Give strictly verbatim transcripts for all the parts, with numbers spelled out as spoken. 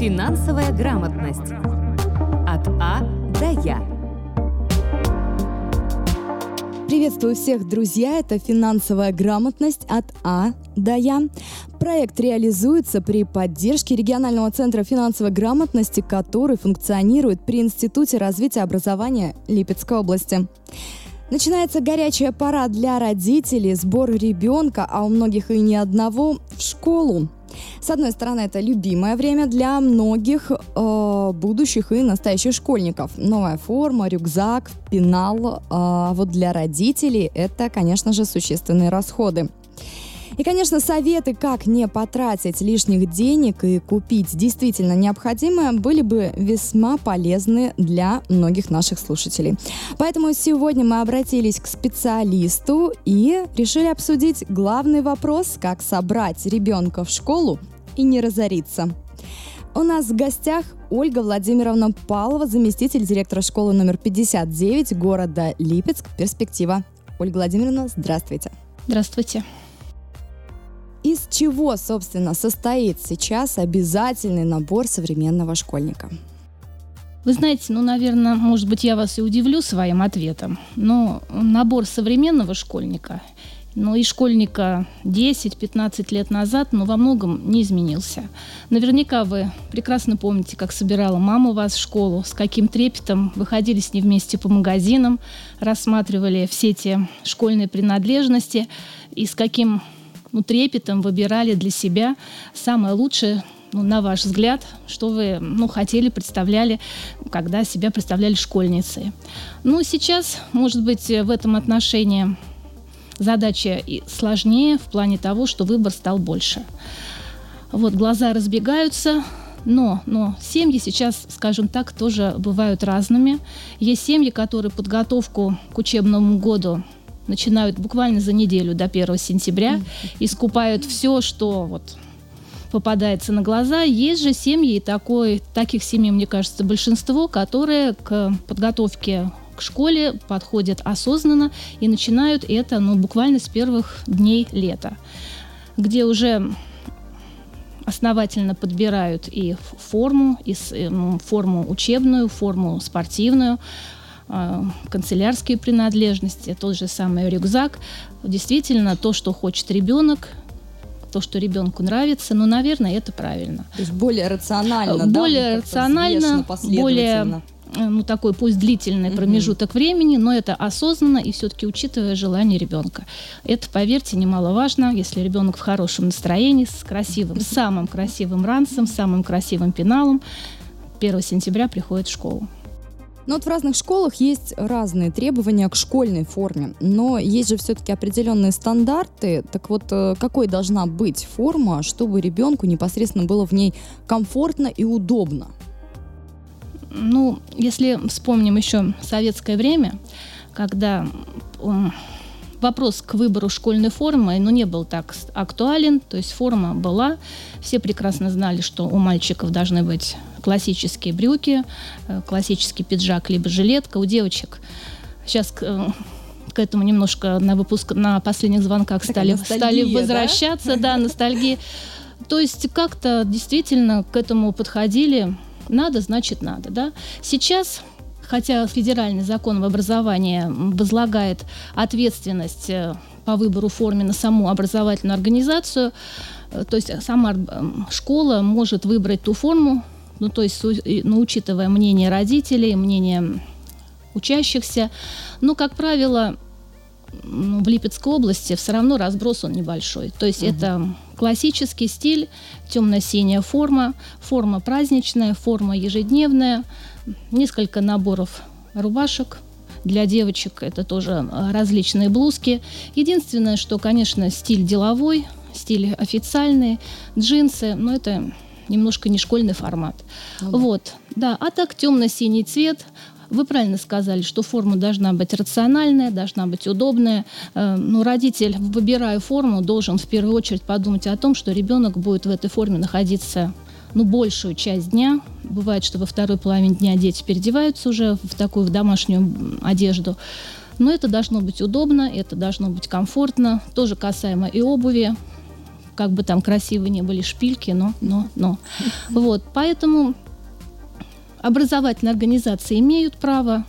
Финансовая грамотность. От А до Я. Приветствую всех, друзья! Это «Финансовая грамотность» от А до Я. Проект реализуется при поддержке регионального центра финансовой грамотности, который функционирует при Институте развития образования Липецкой области. Начинается горячая пора для родителей, сбор ребенка, а у многих и не одного, в школу. С одной стороны, это любимое время для многих э, будущих и настоящих школьников. Новая форма, рюкзак, пенал. А вот для родителей это, конечно же, существенные расходы. И, конечно, советы, как не потратить лишних денег и купить действительно необходимое, были бы весьма полезны для многих наших слушателей. Поэтому сегодня мы обратились к специалисту и решили обсудить главный вопрос, как собрать ребенка в школу и не разориться. У нас в гостях Ольга Владимировна Павлова, заместитель директора школы номер пятьдесят девять города Липецк «Перспектива». Ольга Владимировна, здравствуйте. Здравствуйте. Из чего, собственно, состоит сейчас обязательный набор современного школьника? Вы знаете, ну, наверное, может быть, я вас и удивлю своим ответом, но набор современного школьника, ну и школьника десять-пятнадцать лет назад, ну, во многом не изменился. Наверняка вы прекрасно помните, как собирала мама вас в школу, с каким трепетом выходили с ней вместе по магазинам, рассматривали все эти школьные принадлежности и с каким ну, трепетом выбирали для себя самое лучшее, ну, на ваш взгляд, что вы ну, хотели, представляли, когда себя представляли школьницей. Ну, сейчас, может быть, в этом отношении задача и сложнее в плане того, что выбор стал больше. Вот, глаза разбегаются, но, но семьи сейчас, скажем так, тоже бывают разными. Есть семьи, которые подготовку к учебному году начинают буквально за неделю до первого сентября и скупают все, что вот попадается на глаза. Есть же семьи, и такой, таких семей, мне кажется, большинство, которые к подготовке к школе подходят осознанно и начинают это ну, буквально с первых дней лета, где уже основательно подбирают и форму, и форму учебную, форму спортивную, канцелярские принадлежности, тот же самый рюкзак. Действительно, то, что хочет ребенок, то, что ребенку нравится, ну, наверное, это правильно. То есть более рационально, более да? рационально, более, ну, такой пусть длительный угу. промежуток времени, но это осознанно и все-таки учитывая желание ребенка. Это, поверьте, немаловажно, если ребенок в хорошем настроении, с красивым, самым красивым ранцем, самым красивым пеналом первого сентября приходит в школу. Но вот в разных школах есть разные требования к школьной форме, но есть же все-таки определенные стандарты. Так вот, какой должна быть форма, чтобы ребенку непосредственно было в ней комфортно и удобно? Ну, если вспомним еще советское время, когда вопрос к выбору школьной формы ну, не был так актуален, то есть форма была, все прекрасно знали, что у мальчиков должны быть классические брюки, классический пиджак, либо жилетка. У девочек сейчас к, к этому немножко на выпуск, на последних звонках стали, стали возвращаться, да, да ностальгия. То есть как-то действительно к этому подходили. Надо, значит надо, да. Сейчас, хотя федеральный закон об образовании возлагает ответственность по выбору формы на саму образовательную организацию, то есть сама школа может выбрать ту форму, ну, то есть, ну, учитывая мнение родителей, мнение учащихся. Но, как правило, в Липецкой области все равно разброс он небольшой. То есть, угу. это классический стиль, темно-синяя форма, форма праздничная, форма ежедневная, несколько наборов рубашек. Для девочек это тоже различные блузки. Единственное, что, конечно, стиль деловой, стиль официальный, джинсы, но это немножко не школьный формат. Ну, да. Вот, да. А так темно-синий цвет. Вы правильно сказали, что форма должна быть рациональная, должна быть удобная. Э, но родитель, выбирая форму, должен в первую очередь подумать о том, что ребенок будет в этой форме находиться ну, большую часть дня. Бывает, что во второй половине дня дети переодеваются уже в такую в домашнюю одежду. Но это должно быть удобно, это должно быть комфортно. Тоже касаемо и обуви. как бы там красивые не были шпильки, но, но, но. Вот, поэтому образовательные организации имеют право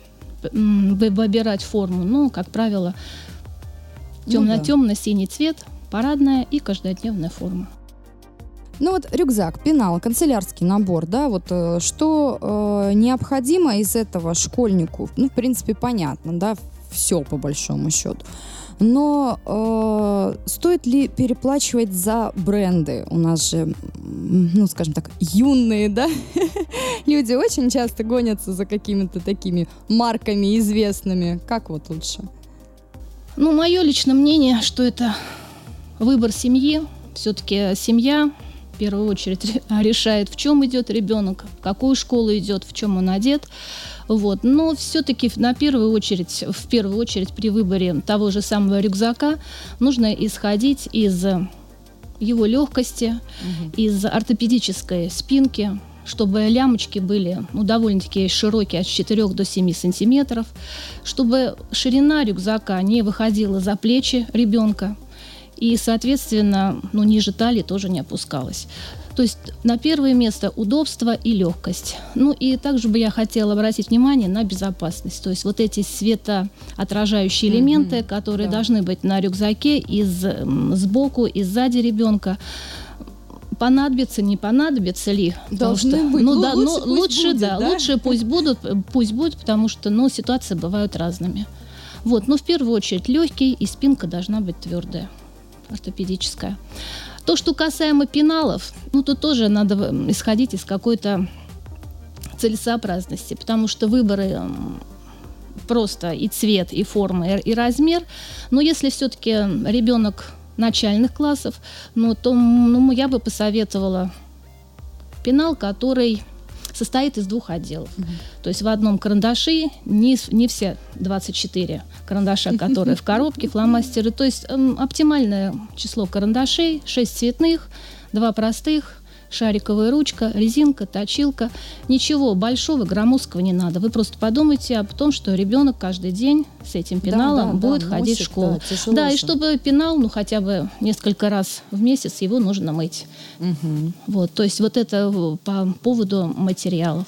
выбирать форму, но, как правило, темно-темно-синий цвет, парадная и каждодневная форма. Ну вот рюкзак, пенал, канцелярский набор, да, вот э, что э, необходимо из этого школьнику? Ну, в принципе, понятно, да, все по большому счету. Но э, стоит ли переплачивать за бренды? У нас же, ну, скажем так, юные, да, люди очень часто гонятся за какими-то такими марками известными. Как вот лучше? Ну, мое личное мнение, что это выбор семьи. Все-таки семья в первую очередь решает, в чем идет ребенок, в какую школу идет, в чем он одет. Вот. Но все-таки на первую очередь, в первую очередь при выборе того же самого рюкзака нужно исходить из его легкости, угу. из ортопедической спинки, чтобы лямочки были ну, довольно-таки широкие, от четырёх до семи сантиметров, чтобы ширина рюкзака не выходила за плечи ребенка и, соответственно, ну, ниже талии тоже не опускалась. То есть на первое место удобство и легкость. Ну и также бы я хотела обратить внимание на безопасность. То есть вот эти светоотражающие элементы, mm-hmm. которые да. должны быть на рюкзаке из, сбоку и сзади ребенка. Понадобится, не понадобится ли? Должны что, быть. Ну, ну, да, лучше, ну, пусть лучше, будет, да, да? лучше пусть будут, пусть будут, потому что ну, ситуации бывают разными. Вот, но в первую очередь легкий, и спинка должна быть твердая, ортопедическая. То, что касаемо пеналов, ну, тут тоже надо исходить из какой-то целесообразности, потому что выборы просто и цвет, и форма, и размер. Но если все-таки ребенок начальных классов, ну, то ну, я бы посоветовала пенал, который состоит из двух отделов. Mm-hmm. То есть в одном карандаши, не, не все двадцать четыре карандаша, которые в коробке, фломастеры. То есть эм, оптимальное число карандашей, шесть цветных, два простых, шариковая ручка, резинка, точилка. Ничего большого, громоздкого не надо. Вы просто подумайте об том, что ребенок каждый день с этим пеналом да, да, будет да, ходить носит, в школу. Да, да, и чтобы пенал, ну, хотя бы несколько раз в месяц его нужно мыть. Угу. Вот, то есть вот это по поводу материалов.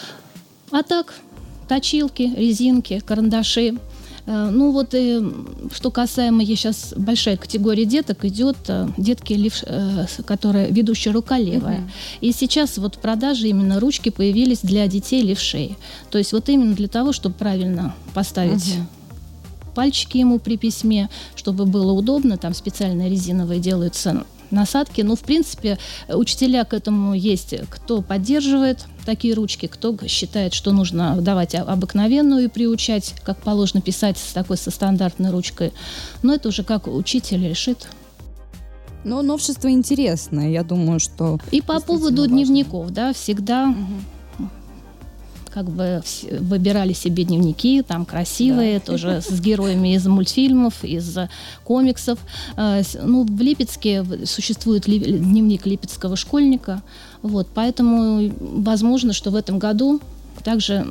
А так, точилки, резинки, карандаши. Ну вот, и, что касаемо, сейчас большая категория деток идет, детки, лев, которые ведущая рука левая. Uh-huh. И сейчас вот в продаже именно ручки появились для детей левшей. То есть вот именно для того, чтобы правильно поставить uh-huh. пальчики ему при письме, чтобы было удобно, там специальные резиновые делаются насадки. Ну, в принципе, учителя к этому есть, кто поддерживает такие ручки, кто считает, что нужно давать обыкновенную и приучать, как положено писать с такой со стандартной ручкой. Но это уже как учитель решит. Но новшество интересное, я думаю, что... И по поводу важно. Дневников, да, всегда... Угу. Как бы выбирали себе дневники, там красивые, да. тоже с героями из мультфильмов, из комиксов. Ну, в Липецке существует дневник липецкого школьника, вот, поэтому возможно, что в этом году также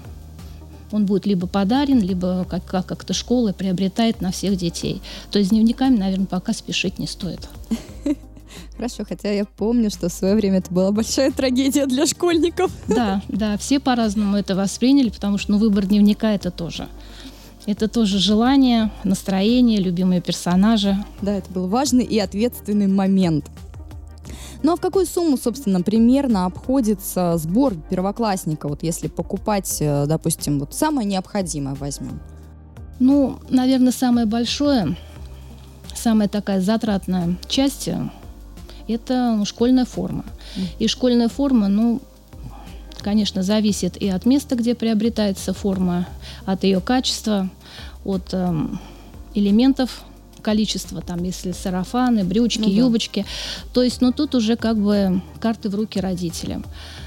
он будет либо подарен, либо как- как-то школа приобретает на всех детей. То есть с дневниками, наверное, пока спешить не стоит. Хорошо, хотя я помню, что в свое время это была большая трагедия для школьников. Да, да, все по-разному это восприняли, потому что ну, выбор дневника это тоже. Это тоже желание, настроение, любимые персонажи. Да, это был важный и ответственный момент. Ну а в какую сумму, собственно, примерно обходится сбор первоклассника, вот если покупать, допустим, вот самое необходимое возьмем? Ну, наверное, самое большое, самая такая затратная часть – это ну, школьная форма. Mm. И школьная форма, ну, конечно, зависит и от места, где приобретается форма, от ее качества, от э, элементов, количества, там, если сарафаны, брючки, ну, юбочки. Да. То есть, ну, тут уже как бы карты в руки родителям.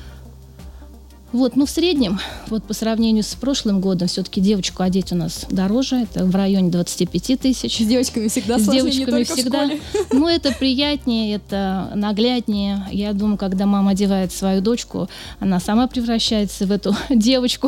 Вот, ну, в среднем, вот по сравнению с прошлым годом, все-таки девочку одеть у нас дороже, это в районе двадцать пять тысяч. С девочками всегда с сложнее, девочками не только всегда. В школе. Ну, это приятнее, это нагляднее. Я думаю, когда мама одевает свою дочку, она сама превращается в эту девочку.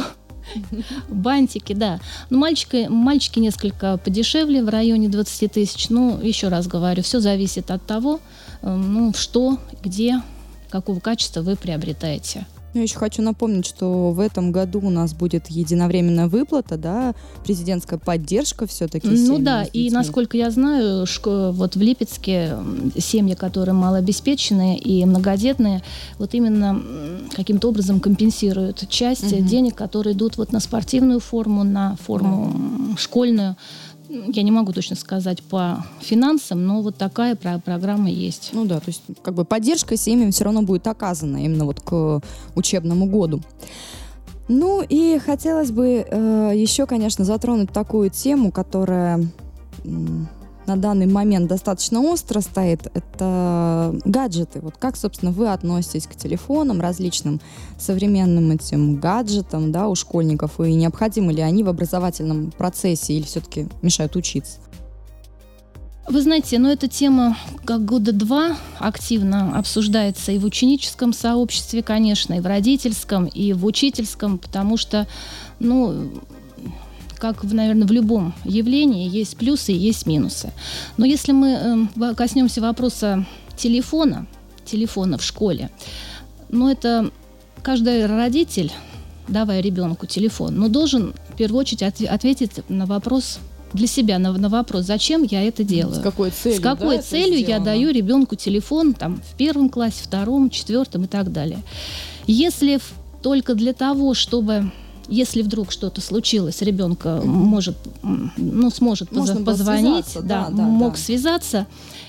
Бантики, да. Ну, мальчики, мальчики несколько подешевле, в районе двадцать тысяч. Ну, еще раз говорю, все зависит от того, ну, что, где, какого качества вы приобретаете. Я еще хочу напомнить, что в этом году у нас будет единовременная выплата, да, президентская поддержка все-таки. Ну да, и насколько я знаю, вот в Липецке семьи, которые малообеспеченные и многодетные, вот именно каким-то образом компенсируют часть угу. денег, которые идут вот на спортивную форму, на форму да. школьную. Я не могу точно сказать по финансам, но вот такая про- программа есть. Ну да, то есть как бы поддержка семьям все равно будет оказана именно вот к учебному году. Ну и хотелось бы э, еще, конечно, затронуть такую тему, которая э, на данный момент достаточно остро стоит. Это гаджеты. Вот как, собственно, вы относитесь к телефонам, различным современным этим гаджетам, да, у школьников, и необходимы ли они в образовательном процессе или все-таки мешают учиться? Вы знаете, ну эта тема как года два активно обсуждается и в ученическом сообществе, конечно, и в родительском, и в учительском, потому что, ну, как, наверное, в любом явлении есть плюсы и есть минусы. Но если мы э, коснемся вопроса телефона, телефона в школе, ну это каждый родитель, давая ребенку телефон, но должен в первую очередь от, ответить на вопрос для себя, на, на вопрос, зачем я это делаю. С какой целью, С какой да, целью я даю ребенку телефон там, в первом классе, втором, четвертом и так далее. Если в, только для того, чтобы... Если вдруг что-то случилось, ребенка mm-hmm. может, ну, сможет Можно позвонить, да, да, да, мог да. связаться.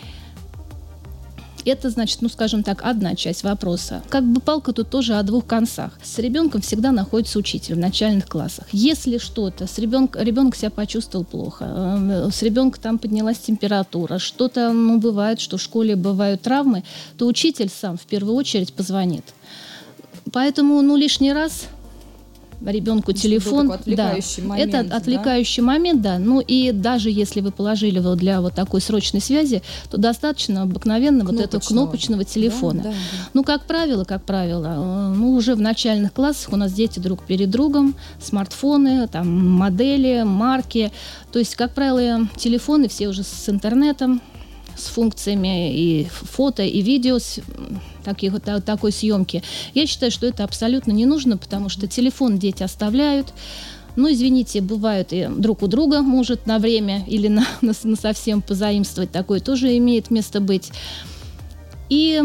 Это, значит, ну, скажем так, одна часть вопроса. Как бы палка тут тоже о двух концах. С ребенком всегда находится учитель в начальных классах. Если что-то, с ребенок, ребенок себя почувствовал плохо, с ребенка там поднялась температура, что-то, ну, бывает, что в школе бывают травмы, то учитель сам в первую очередь позвонит. Поэтому, ну, лишний раз... ребенку телефон, да, момент, это отвлекающий да? момент, да. Ну и даже если вы положили его для вот такой срочной связи, то достаточно обыкновенно вот этого кнопочного телефона. Да, да, да. Ну как правило, как правило, ну уже в начальных классах у нас дети друг перед другом, смартфоны, там модели, марки, то есть как правило телефоны все уже с интернетом, с функциями и фото, и видео, таких, такой съемки. Я считаю, что это абсолютно не нужно, потому что телефон дети оставляют. Ну, извините, бывает и друг у друга может на время или на, на, на совсем позаимствовать. Такое тоже имеет место быть. И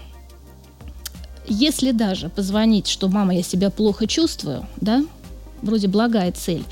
если даже позвонить, что «мама, я себя плохо чувствую», да, вроде благая цель,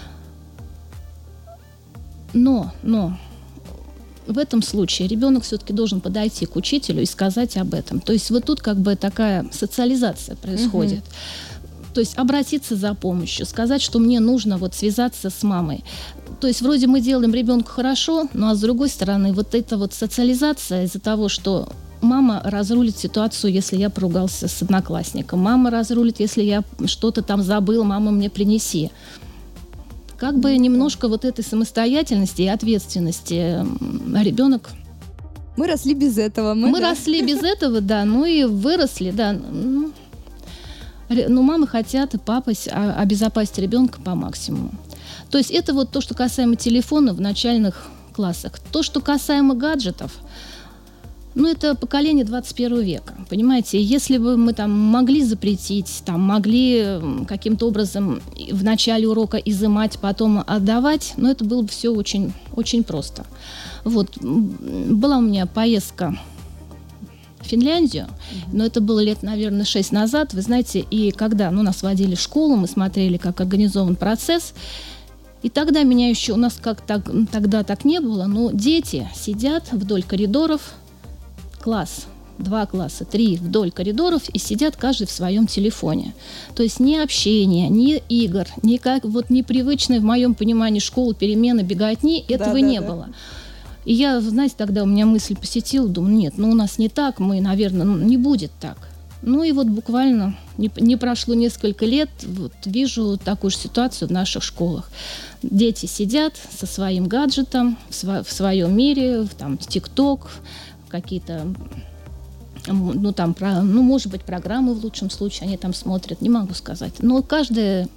но, но в этом случае ребенок все-таки должен подойти к учителю и сказать об этом. То есть вот тут как бы такая социализация происходит. Uh-huh. То есть обратиться за помощью, сказать, что мне нужно вот связаться с мамой. То есть вроде мы делаем ребенку хорошо, ну а с другой стороны вот эта вот социализация из-за того, что мама разрулит ситуацию, если я поругался с одноклассником. Мама разрулит, если я что-то там забыл, мама мне принеси. Как бы немножко вот этой самостоятельности и ответственности ребенок... Мы росли без этого. Мы, мы да? росли без этого, да, ну и выросли, да. Ну, ну мамы хотят, и папа обезопасить ребенка по максимуму. То есть это вот то, что касаемо телефона в начальных классах. То, что касаемо гаджетов, ну, это поколение двадцать первого века, понимаете? Если бы мы там могли запретить, там, могли каким-то образом в начале урока изымать, потом отдавать, ну, это было бы все очень, очень просто. Вот. Была у меня поездка в Финляндию, но это было лет, наверное, шесть назад, вы знаете, и когда ну, нас водили в школу, мы смотрели, как организован процесс, и тогда меня еще, у нас как так, тогда так не было, но дети сидят вдоль коридоров, класс, два класса, три вдоль коридоров и сидят каждый в своем телефоне. То есть ни общения, ни игр, ни как, вот непривычной в моем понимании школы, перемены, беготни, этого да, не да, было. Да. И я, знаете, тогда у меня мысль посетила, думаю, нет, ну у нас не так, мы, наверное, ну, не будет так. Ну и вот буквально не, не прошло несколько лет, вот вижу такую же ситуацию в наших школах. Дети сидят со своим гаджетом в, сво, в своем мире, в, там, ТикТок, какие-то, ну, там, про, ну, может быть, программы в лучшем случае они там смотрят, не могу сказать. Но каждый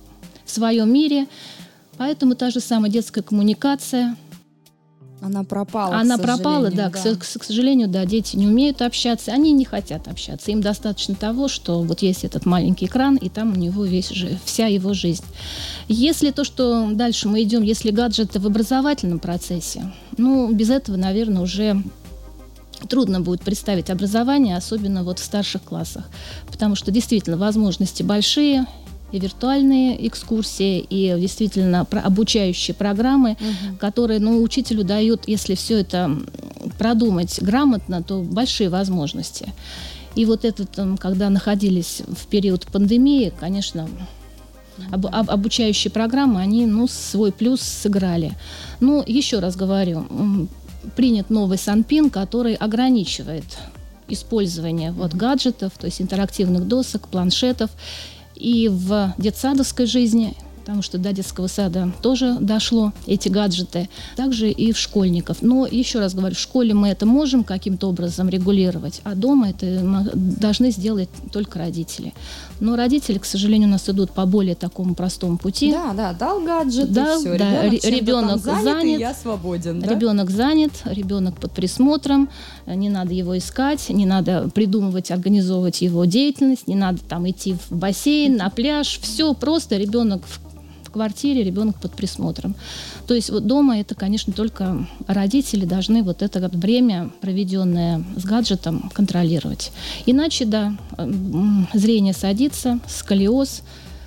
в своем мире. Поэтому та же самая детская коммуникация. Она пропала, Она к пропала, да, да. К, к сожалению, да, дети не умеют общаться, они не хотят общаться. Им достаточно того, что вот есть этот маленький экран, и там у него весь, вся его жизнь. Если то, что дальше мы идем, если гаджеты в образовательном процессе, ну, без этого, наверное, уже трудно будет представить образование, особенно вот в старших классах. Потому что действительно возможности большие, и виртуальные экскурсии, и действительно обучающие программы, угу. которые, ну, учителю дают, если все это продумать грамотно, то большие возможности. И вот это, когда находились в период пандемии, конечно, об, об, обучающие программы, они, ну, свой плюс сыграли. Ну, еще раз говорю, принят новый Санпин, который ограничивает использование вот, гаджетов, то есть интерактивных досок, планшетов, и в детсадовской жизни, потому что до детского сада тоже дошло эти гаджеты, также и в школьников. Но еще раз говорю, в школе мы это можем каким-то образом регулировать, а дома это должны сделать только родители. Но родители, к сожалению, у нас идут по более такому простому пути. Да, да, дал гаджет, да, и все. Да, ребенок, ребенок занят, занят, и я свободен. Да? Ребенок занят, ребенок под присмотром, не надо его искать, не надо придумывать, организовывать его деятельность, не надо там идти в бассейн, на пляж, все просто ребенок в в квартире, ребенок под присмотром. То есть вот дома это, конечно, только родители должны вот это время, проведенное с гаджетом, контролировать. Иначе, да, зрение садится, сколиоз,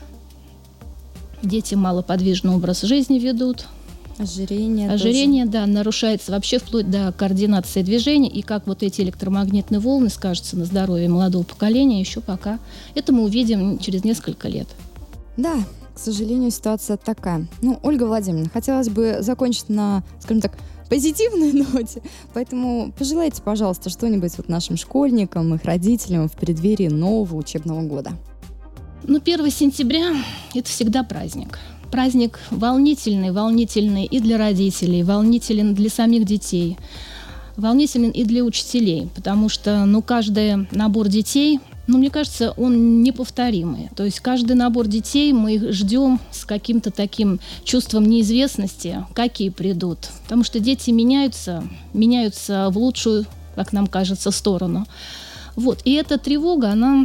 дети малоподвижный образ жизни ведут. Ожирение. Ожирение, тоже. Да, нарушается вообще вплоть до координации движений. И как вот эти электромагнитные волны скажутся на здоровье молодого поколения, еще пока. Это мы увидим через несколько лет. Да. К сожалению, ситуация такая. Ну, Ольга Владимировна, хотелось бы закончить на, скажем так, позитивной ноте. Поэтому пожелайте, пожалуйста, что-нибудь вот нашим школьникам, их родителям в преддверии нового учебного года. Ну, первое сентября – это всегда праздник. Праздник волнительный, волнительный и для родителей, волнителен для самих детей, волнителен и для учителей, потому что, ну, каждый набор детей – ну, мне кажется, он неповторимый. То есть каждый набор детей мы их ждем с каким-то таким чувством неизвестности, какие придут. Потому что дети меняются, меняются в лучшую, как нам кажется, сторону. Вот. И эта тревога, она,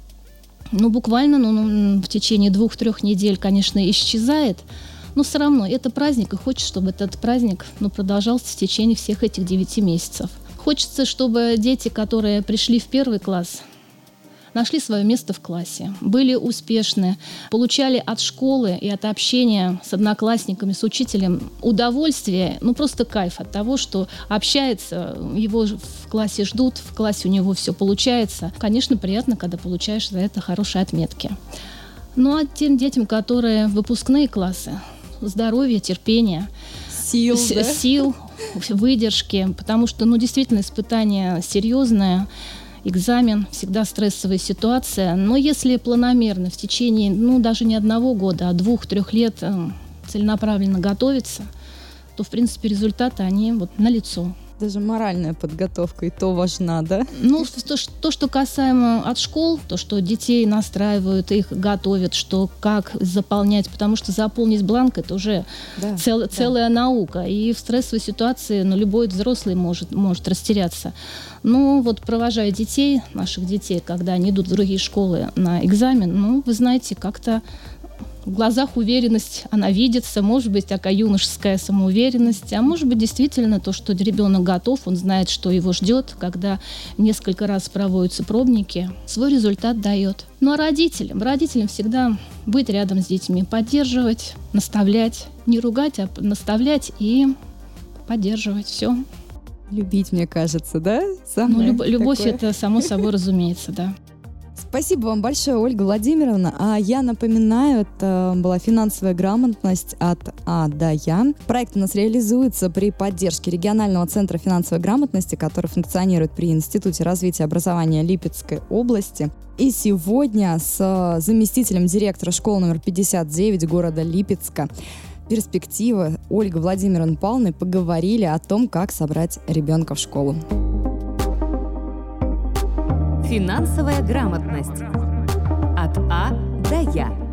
ну, буквально ну, в течение двух-трех недель, конечно, исчезает. Но все равно это праздник, и хочется, чтобы этот праздник ну, продолжался в течение всех этих девяти месяцев. Хочется, чтобы дети, которые пришли в первый класс, нашли свое место в классе, были успешны, получали от школы и от общения с одноклассниками, с учителем удовольствие, ну просто кайф от того, что общается, его в классе ждут, в классе у него все получается. Конечно, приятно, когда получаешь за это хорошие отметки. Ну а тем детям, которые выпускные классы, здоровья, терпения, сил, с- да? сил, выдержки, потому что, ну, действительно, испытание серьезное. Экзамен, всегда стрессовая ситуация. Но если планомерно в течение, ну, даже не одного года, а двух-трех лет э, целенаправленно готовиться, то, в принципе, результаты, они вот налицо. Даже моральная подготовка и то важна, да? Ну, то, то, что касаемо от школ, то, что детей настраивают, их готовят, что как заполнять, потому что заполнить бланк – это уже да, цел, да. целая наука. И в стрессовой ситуации ну, любой взрослый может, может растеряться. Ну, вот провожая детей, наших детей, когда они идут в другие школы на экзамен, ну, вы знаете, как-то в глазах уверенность, она видится, может быть, такая юношеская самоуверенность, а может быть, действительно то, что ребенок готов, он знает, что его ждет, когда несколько раз проводятся пробники, свой результат дает. Ну, а родителям? Родителям всегда быть рядом с детьми, поддерживать, наставлять, не ругать, а наставлять и поддерживать, все. Любить, мне кажется, да? Самое ну, люб- любовь такое. Это само собой разумеется, да. Спасибо вам большое, Ольга Владимировна. А я напоминаю, это была финансовая грамотность от А до Я. Проект у нас реализуется при поддержке регионального центра финансовой грамотности, который функционирует при Институте развития образования Липецкой области. И сегодня с заместителем директора школы номер пятьдесят девять города Липецка перспективы Ольгой Владимировной Павловной поговорили о том, как собрать ребенка в школу. Финансовая грамотность. От А до Я.